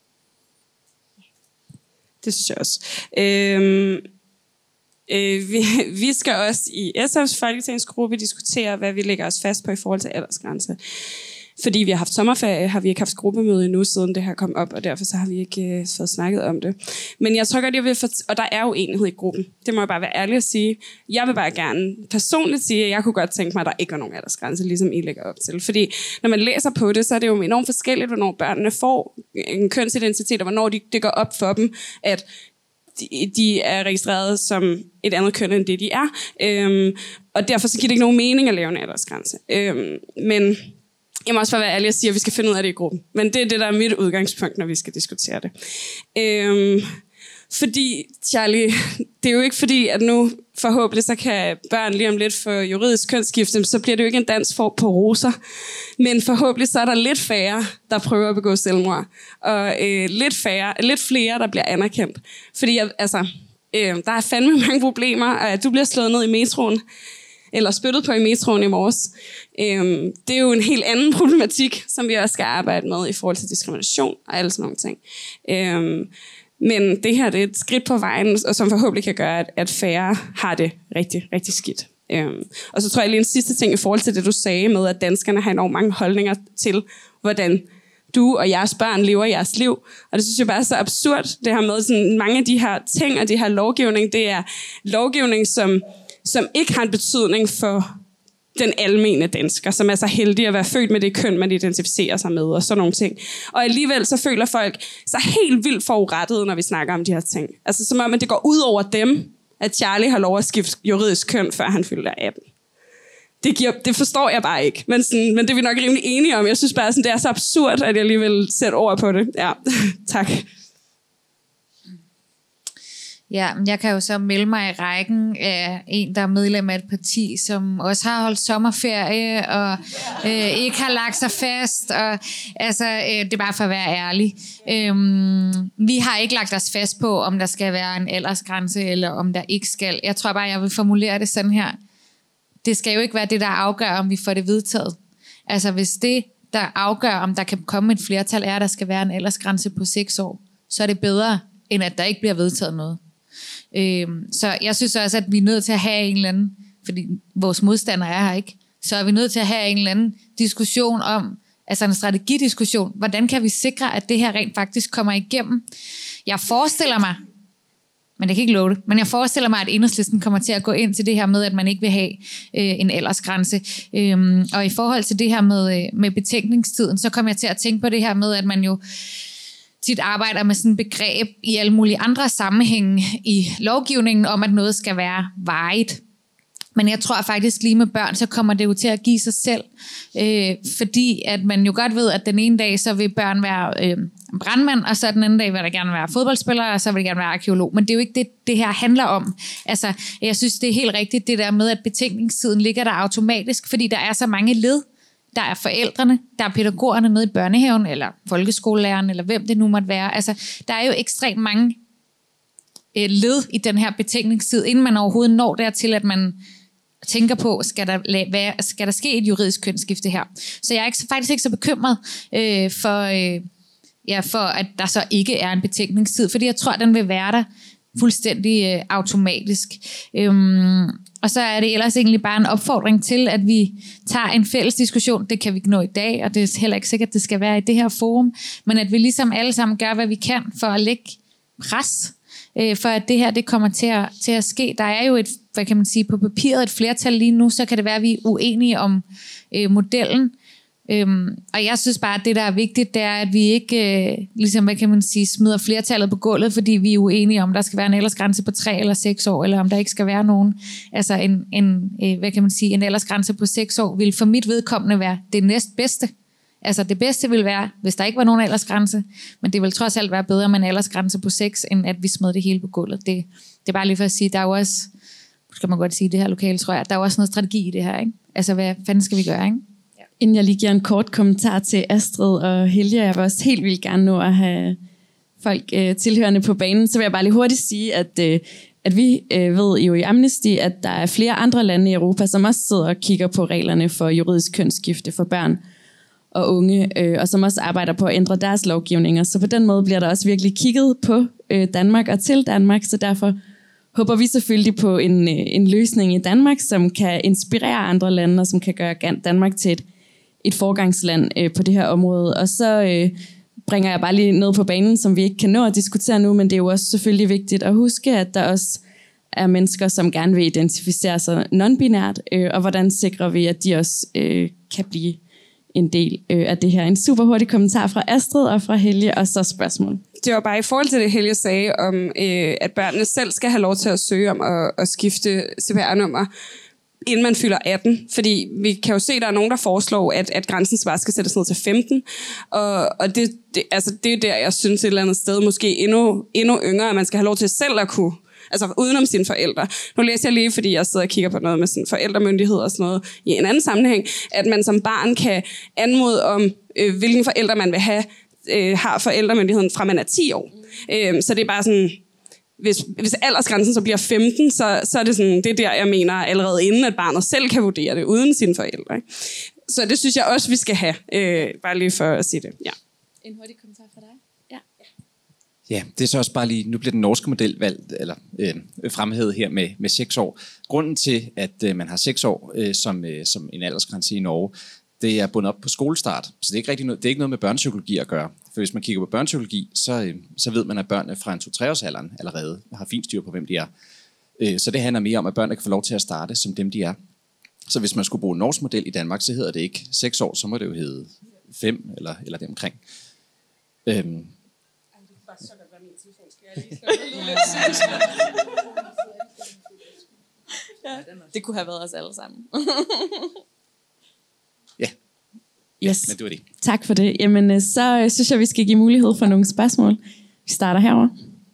Det synes jeg også. Øhm, øh, vi, vi skal også i S F's folketingsgruppe diskutere, hvad vi lægger os fast på i forhold til aldersgrænse. Fordi vi har haft sommerferie, har vi ikke haft gruppemøde endnu, siden det her kom op, og derfor så har vi ikke øh, fået snakket om det. Men jeg tror godt, jeg vil fort- og der er jo enighed i gruppen. Det må jeg bare være ærlig at sige. Jeg vil bare gerne personligt sige, at jeg kunne godt tænke mig, at der ikke var nogen aldersgrænse, ligesom I lægger op til. Fordi når man læser på det, så er det jo enormt forskelligt, hvornår børnene får en kønsidentitet, og hvornår de, det går op for dem, at de, de er registreret som et andet køn, end det de er. Øhm, og derfor så giver det ikke nogen mening at lave en aldersgrænse. Øhm, men jeg må også bare være ærlig og sige, at vi skal finde ud af det i gruppen. Men det er det, der er mit udgangspunkt, når vi skal diskutere det. Øhm, fordi, Charlie, det er jo ikke fordi, at nu forhåbentlig så kan børn lige om lidt få juridisk kønsskifte, så bliver det jo ikke en dans for på roser. Men forhåbentlig så er der lidt færre, der prøver at begå selvmord. Og øh, lidt, færre, lidt flere, der bliver anerkendt. Fordi altså, øh, der er fandme mange problemer, at du bliver slået ned i metroen, eller spyttet på i metroen i morges. Øhm, det er jo en helt anden problematik, som vi også skal arbejde med i forhold til diskrimination og alle sådan nogle ting. Øhm, men det her det er et skridt på vejen, og som forhåbentlig kan gøre, at, at færre har det rigtig, rigtig skidt. Øhm, og så tror jeg lige en sidste ting i forhold til det, du sagde med, at danskerne har enormt mange holdninger til, hvordan du og jeres børn lever jeres liv. Og det synes jeg bare er så absurd, det her med sådan, mange af de her ting og de her lovgivning, det er lovgivning, som, som ikke har en betydning for den almene dansker, som er så heldig at være født med det køn, man identificerer sig med, og sådan nogle ting. Og alligevel så føler folk sig helt vildt forurettet, når vi snakker om de her ting. Altså som om, at det går ud over dem, at Charlie har lov at skifte juridisk køn, før han fylder atten. Det, giver, det forstår jeg bare ikke, men, sådan, men det er vi nok rimelig enige om. Jeg synes bare, sådan, det er så absurd, at jeg alligevel sætter ord på det. Ja, tak. Ja, jeg kan jo så melde mig i rækken af en, der er medlem af et parti, som også har holdt sommerferie og øh, ikke har lagt sig fast. Og, altså, øh, det er bare for at være ærlig. Øhm, vi har ikke lagt os fast på, om der skal være en aldersgrænse, eller om der ikke skal. Jeg tror bare, jeg vil formulere det sådan her. Det skal jo ikke være det, der afgør, om vi får det vedtaget. Altså, hvis det, der afgør, om der kan komme et flertal, er, at der skal være en aldersgrænse på seks år, så er det bedre, end at der ikke bliver vedtaget noget. Øhm, så jeg synes også, at vi er nødt til at have en eller anden, fordi vores modstandere er her ikke, så er vi nødt til at have en eller anden diskussion om, altså en strategidiskussion, hvordan kan vi sikre, at det her rent faktisk kommer igennem. Jeg forestiller mig, men jeg kan ikke love det, men jeg forestiller mig, at Enhedslisten kommer til at gå ind til det her med, at man ikke vil have øh, en aldersgrænse. Øhm, og i forhold til det her med, øh, med betænkningstiden, så kommer jeg til at tænke på det her med, at man jo tit arbejder med sådan et begreb i alle mulige andre sammenhænge i lovgivningen om, at noget skal være varigt. Men jeg tror faktisk lige med børn, så kommer det jo til at give sig selv. Øh, fordi at man jo godt ved, at den ene dag, så vil børn være øh, brandmand, og så den anden dag vil der gerne være fodboldspiller, og så vil der gerne være arkeolog. Men det er jo ikke det, det her handler om. Altså, jeg synes, det er helt rigtigt, det der med, at betænkningstiden ligger der automatisk, fordi der er så mange led. Der er forældrene, der er pædagogerne nede i børnehaven, eller folkeskolelæreren, eller hvem det nu måtte være. Altså, der er jo ekstremt mange øh, led i den her betænkningstid, inden man overhovedet når dertil, at man tænker på, skal der, hvad, skal der ske et juridisk kønsskifte her. Så jeg er ikke, faktisk ikke så bekymret øh, for, øh, ja, for, at der så ikke er en betænkningstid, fordi jeg tror, at den vil være der fuldstændig øh, automatisk. Øhm, og så er det ellers egentlig bare en opfordring til, at vi tager en fælles diskussion. Det kan vi ikke nå i dag, og det er heller ikke sikkert, at det skal være i det her forum, men at vi ligesom alle sammen gør, hvad vi kan for at lægge pres, øh, for at det her det kommer til at, til at ske. Der er jo et, hvad kan man sige, på papiret et flertal lige nu, så kan det være, at vi er uenige om øh, modellen. Øhm, og jeg synes bare, at det, der er vigtigt, det er, at vi ikke, øh, ligesom, hvad kan man sige, smider flertallet på gulvet, fordi vi er uenige om, der skal være en aldersgrænse på tre eller seks år, eller om der ikke skal være nogen. Altså en, en øh, hvad kan man sige, en aldersgrænse på seks år vil for mit vedkommende være det næstbedste. Altså det bedste vil være, hvis der ikke var nogen aldersgrænse, men det vil trods alt være bedre med en aldersgrænse på seks, end at vi smider det hele på gulvet. Det, det er bare lige for at sige, der er jo også, skal man godt sige det her lokale, tror jeg, der er jo også noget strategi i det her, ikke? Altså hvad fanden skal vi gøre, ikke? Inden jeg lige giver en kort kommentar til Astrid og Helge, jeg vil også helt vildt gerne nå at have folk øh, tilhørende på banen, så vil jeg bare lige hurtigt sige, at, øh, at vi øh, ved jo i Amnesty, at der er flere andre lande i Europa, som også sidder og kigger på reglerne for juridisk kønsskifte for børn og unge, øh, og som også arbejder på at ændre deres lovgivninger. Så på den måde bliver der også virkelig kigget på øh, Danmark og til Danmark, så derfor håber vi selvfølgelig på en, øh, en løsning i Danmark, som kan inspirere andre lande, og som kan gøre Danmark til et et forgangsland øh, på det her område. Og så øh, bringer jeg bare lige noget på banen, som vi ikke kan nå at diskutere nu, men det er jo også selvfølgelig vigtigt at huske, at der også er mennesker, som gerne vil identificere sig non-binært, øh, og hvordan sikrer vi, at de også øh, kan blive en del øh, af det her. En super hurtig kommentar fra Astrid og fra Helge, og så spørgsmål. Det var bare i forhold til det, Helge sagde, om øh, at børnene selv skal have lov til at søge om at, at skifte C P R-nummer, inden man fylder atten, fordi vi kan jo se, at der er nogen, der foreslår, at, at grænsen bare skal sættes ned til femten, og, og det, det, altså, det er der, jeg synes et eller andet sted, måske endnu, endnu yngre, at man skal have lov til selv at kunne, altså udenom sine forældre. Nu læser jeg lige, fordi jeg sidder og kigger på noget med sådan forældremyndighed og sådan noget i en anden sammenhæng, at man som barn kan anmode om, øh, hvilken forældre man vil have, øh, har forældremyndigheden fra man er ti år. Øh, så det er bare sådan, Hvis, hvis aldersgrænsen så bliver femten, så, så er det sådan, det er der, jeg mener, allerede inden, at barnet selv kan vurdere det, uden sine forældre. Ikke? Så det synes jeg også, vi skal have. Øh, bare lige for at sige det. Ja. En hurtig kommentar fra dig. Ja. Ja, det er så også bare lige, nu bliver den norske model valgt, eller øh, fremhævet her med, med seks år. Grunden til, at øh, man har seks år øh, som, øh, som en aldersgrænse i Norge, det er bundet op på skolestart. Så det er ikke, rigtig noget, det er ikke noget med børnepsykologi at gøre. For hvis man kigger på børnepsykologi, så, øh, så ved man, at børnene fra en to-tre års alderen allerede har fint styr på, hvem de er. Øh, så det handler mere om, at børnene kan få lov til at starte som dem, de er. Så hvis man skulle bruge en norsk model i Danmark, så hedder det ikke seks år, så må det jo hedde fem eller, eller deromkring. Øhm, Ja, det kunne have været os alle sammen. ja, yes. Men det var det. Tak for det. Jamen, så synes jeg, vi skal give mulighed for nogle spørgsmål. Vi starter herover.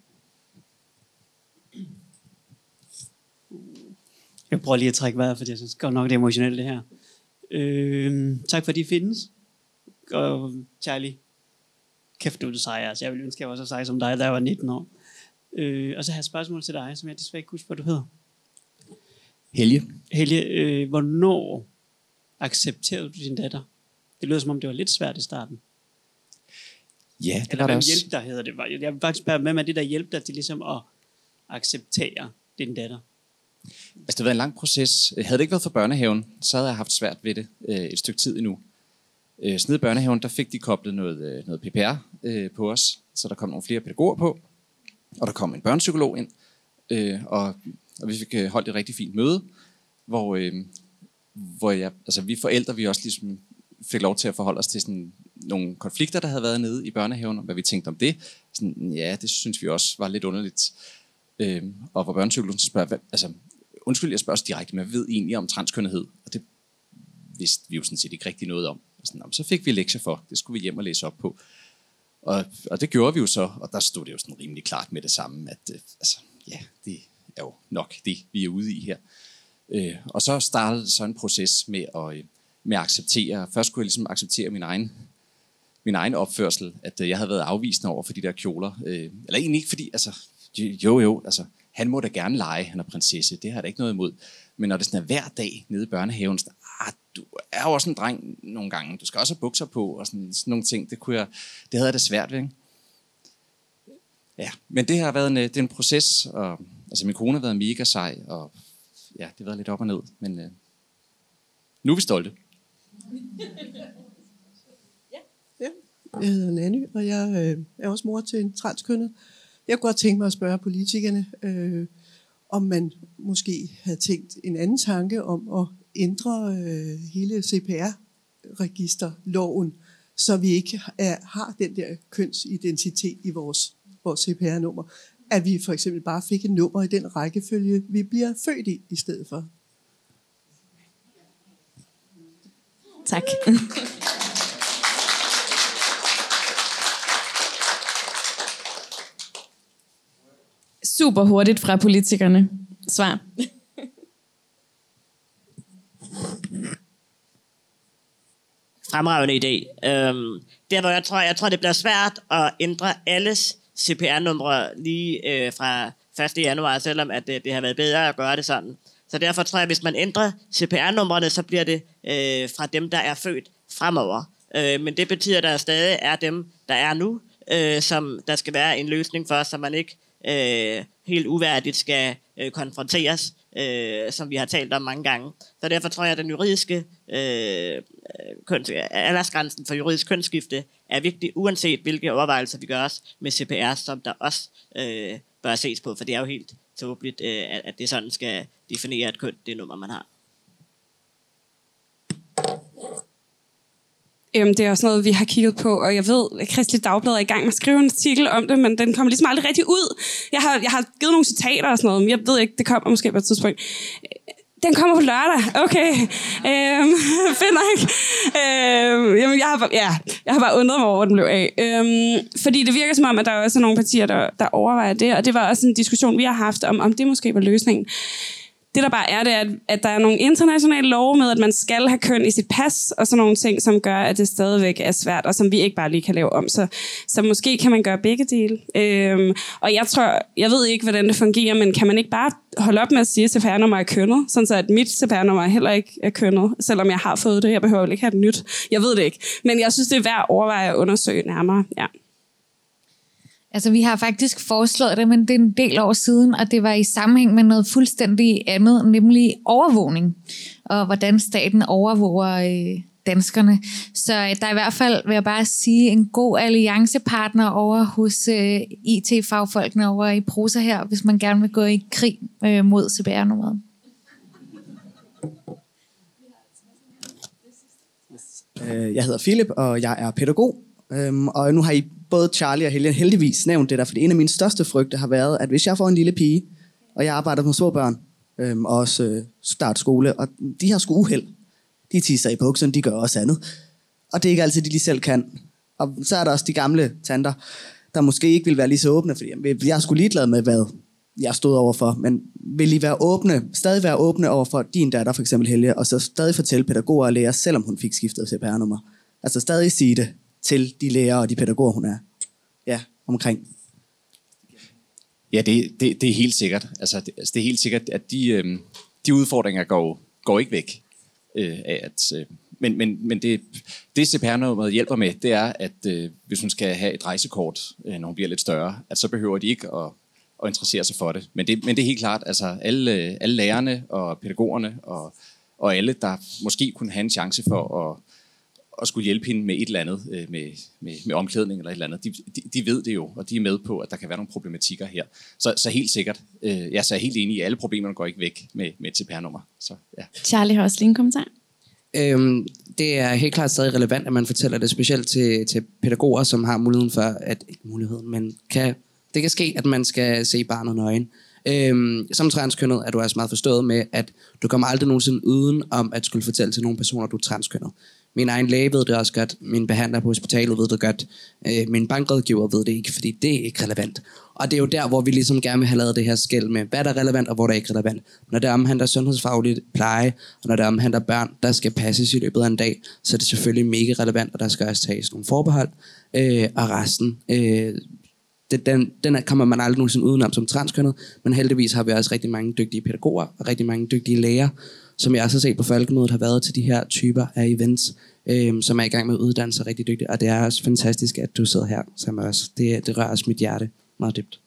Jeg prøver lige at trække vejret, fordi jeg synes godt nok, det er emotionelt det her. Øh, tak for, at de findes. Og Charlie, kæft du, du sejr. Altså, jeg ville ønske, at jeg var så sej som dig, da jeg var nitten år. Øh, og så har jeg et spørgsmål til dig, som jeg desværre ikke husker, hvad du hedder. Helge. Helge, øh, hvornår accepterede du din datter? Det lyder som om, det var lidt svært i starten. Ja, det Eller var det hvem også. hjælp der hedder det? Jeg vil faktisk spørge, hvem er det, der hjælper dig til ligesom at acceptere din datter? Altså, det har været en lang proces. Havde det ikke været for børnehaven, så havde jeg haft svært ved det øh, et stykke tid endnu. Øh, Snede børnehaven, der fik de koblet noget, øh, noget P P R øh, på os, så der kom nogle flere pædagoger på, og der kom en børnepsykolog ind, øh, og, og vi fik øh, holdt et rigtig fint møde, hvor, øh, hvor jeg, altså, vi forældre, vi også ligesom fik lov til at forholde os til sådan nogle konflikter, der havde været nede i børnehaven, og hvad vi tænkte om det. Sådan, ja, det synes vi også var lidt underligt. Øh, og hvor børnepsykologen spørger, hvad, altså, undskyld, jeg spørger også direkte, men jeg ved egentlig om transkønnethed, og det vidste vi jo sådan set ikke rigtig noget om. Sådan, så fik vi lektier for, det skulle vi hjem og læse op på. Og, og det gjorde vi jo så, og der stod det jo sådan rimelig klart med det samme, at øh, altså, ja, det er jo nok det, vi er ude i her. Øh, og så startede så en proces med at, øh, med at acceptere, først skulle jeg ligesom acceptere min egen, min egen opførsel, at øh, jeg havde været afvisende over for de der kjoler. Øh, eller egentlig ikke fordi, altså, jo jo, altså, han må da gerne lege, han er prinsesse, det har jeg da ikke noget imod. Men når det sådan er hver dag nede i børnehaven, sådan, ah, du er jo også en dreng nogle gange, du skal også have bukser på, og sådan, sådan nogle ting, det, kunne jeg, det havde jeg da svært ved, ikke? Ja, men det har været en, det er en proces, og altså min kone har været mega sej, og ja, det har været lidt op og ned, men øh, nu er vi stolte. Ja, jeg hedder Nanny, og jeg øh, er også mor til en transkønnet. Jeg kunne godt tænke mig at spørge politikerne, øh, om man måske havde tænkt en anden tanke om at ændre øh, hele C P R-registerloven, så vi ikke er, har den der kønsidentitet i vores, vores C P R-nummer. At vi for eksempel bare fik et nummer i den rækkefølge, vi bliver født i, i stedet for. Tak. Super hurtigt fra politikerne. Svar. Fremragende idé. Øhm, der hvor jeg tror, jeg tror, det bliver svært at ændre alles C P R-numre lige øh, fra første januar, selvom at det, det har været bedre at gøre det sådan. Så derfor tror jeg, at hvis man ændrer C P R-numrene, så bliver det øh, fra dem, der er født fremover. Øh, men det betyder, at der stadig er dem, der er nu, øh, som der skal være en løsning for, så man ikke øh, helt uværdigt skal øh, konfronteres, øh, som vi har talt om mange gange. Så derfor tror jeg, at den juridiske øh, køns, aldersgrænsen for juridisk kønsskifte er vigtig, uanset hvilke overvejelser vi gør os med C P R, som der også øh, bør ses på, for det er jo helt tåbeligt, øh, at det sådan skal definere et køn, det nummer, man har. Øhm, det er også noget, vi har kigget på, og jeg ved, at Kristeligt Dagblad er i gang med at skrive en artikel om det, men den kommer ligesom aldrig rigtig ud. Jeg har, jeg har givet nogle citater og sådan noget, men jeg ved ikke, det kommer måske på et tidspunkt. Den kommer på lørdag. Okay. Øhm, fedt nok. Øhm, jamen, jeg har, bare, ja, jeg har bare undret mig over, hvor den blev af. Øhm, fordi det virker som om, at der også er nogle partier, der, der overvejer det, og det var også en diskussion, vi har haft om, om det måske var løsningen. Det der bare er, det er, at, at der er nogle internationale love med, at man skal have køn i sit pas, og sådan nogle ting, som gør, at det stadigvæk er svært, og som vi ikke bare lige kan lave om. Så, så måske kan man gøre begge dele. Øhm, og jeg tror, jeg ved ikke, hvordan det fungerer, men kan man ikke bare holde op med at sige, at C P R-nummer er kønnet, sådan så at mit C P R-nummer heller ikke er kønnet, selvom jeg har fået det. Jeg behøver ikke have det nyt. Jeg ved det ikke. Men jeg synes, det er værd at overveje at undersøge nærmere. Ja. Altså, vi har faktisk foreslået det, men det er en del år siden, og det var i sammenhæng med noget fuldstændig andet, nemlig overvågning, og hvordan staten overvåger øh, danskerne. Så øh, der er i hvert fald, vil jeg bare sige, en god alliancepartner over hos øh, I T-fagfolkene over i Prosa her, hvis man gerne vil gå i krig øh, mod C P R-nummeret. Jeg hedder Philip, og jeg er pædagog. Og nu har I både Charlie og Helge heldigvis nævnt det der, fordi en af mine største frygte har været, at hvis jeg får en lille pige, og jeg arbejder med små børn, og også start skole, og de har sgu uheld. De tisser i bukserne, de gør også andet. Og det er ikke altid, de lige selv kan. Og så er der også de gamle tanter, der måske ikke vil være lige så åbne, fordi jeg er sgu ligeglad med, hvad jeg stod overfor, men vil I være åbne, stadig være åbne over for din datter, for eksempel Helge, og så stadig fortælle pædagoger og lærere, selvom hun fik skiftet C P R-nummer. Altså stadig sige det til de lærere og de pædagoger, hun er ja, omkring. Ja, det, det, det er helt sikkert. Altså, det, altså, det er helt sikkert, at de, øh, de udfordringer går, går ikke væk. Øh, af at, øh, men men, men det, det C P R-nummeret hjælper med, det er, at øh, hvis hun skal have et rejsekort, øh, når hun bliver lidt større, at så behøver de ikke at og interessere sig for det. Men det, men det er helt klart, altså alle, alle lærerne og pædagogerne og, og alle, der måske kunne have en chance for at, at skulle hjælpe hende med et eller andet, med, med, med omklædning eller et eller andet, de, de, de ved det jo, og de er med på, at der kan være nogle problematikker her. Så, så helt sikkert, øh, jeg er helt enig i, at alle problemerne går ikke væk med, med et C P R-nummer. Så, ja. Charlie har også lige en kommentar. Øhm, det er helt klart stadig relevant, at man fortæller det, specielt til, til pædagoger, som har muligheden for, at ikke muligheden, men kan det kan ske, at man skal se barnet nøgen. Øhm, som transkønnet er du også meget forstået med, at du kommer aldrig nogensinde uden om at skulle fortælle til nogle personer, at du er transkønnet. Min egen læge ved det også godt, min behandler på hospitalet ved det godt, øh, min bankrådgiver ved det ikke, fordi det er ikke relevant. Og det er jo der, hvor vi ligesom gerne vil have lavet det her skel med, hvad der er relevant og hvor der er ikke relevant. Når det omhandler sundhedsfagligt pleje, og når det omhandler børn, der skal passes i løbet af en dag, så er det selvfølgelig mega relevant, og der skal også tages nogle forbehold, øh, og resten øh, Det, den, den kommer man aldrig nogensinde udenom som transkønnet, men heldigvis har vi også rigtig mange dygtige pædagoger og rigtig mange dygtige læger, som jeg også har set på Folkemødet har været til de her typer af events, øhm, som er i gang med at uddanne sig rigtig dygtigt, og det er også fantastisk, at du sidder her sammen med os. Det, det rører også mit hjerte meget dybt.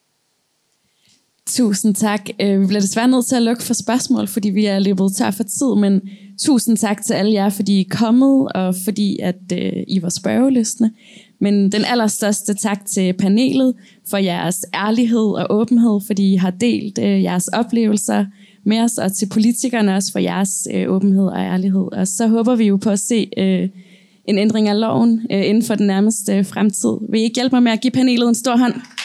Tusind tak. Vi bliver desværre nødt til at lukke for spørgsmål, fordi vi er løbet tør for tid, men tusind tak til alle jer, fordi I er kommet, og fordi at øh, I var spørgelystne. Men den allerstørste tak til panelet for jeres ærlighed og åbenhed, fordi I har delt øh, jeres oplevelser med os, og til politikerne også for jeres øh, åbenhed og ærlighed. Og så håber vi jo på at se øh, en ændring af loven øh, inden for den nærmeste fremtid. Vil I ikke hjælpe mig med at give panelet en stor hånd?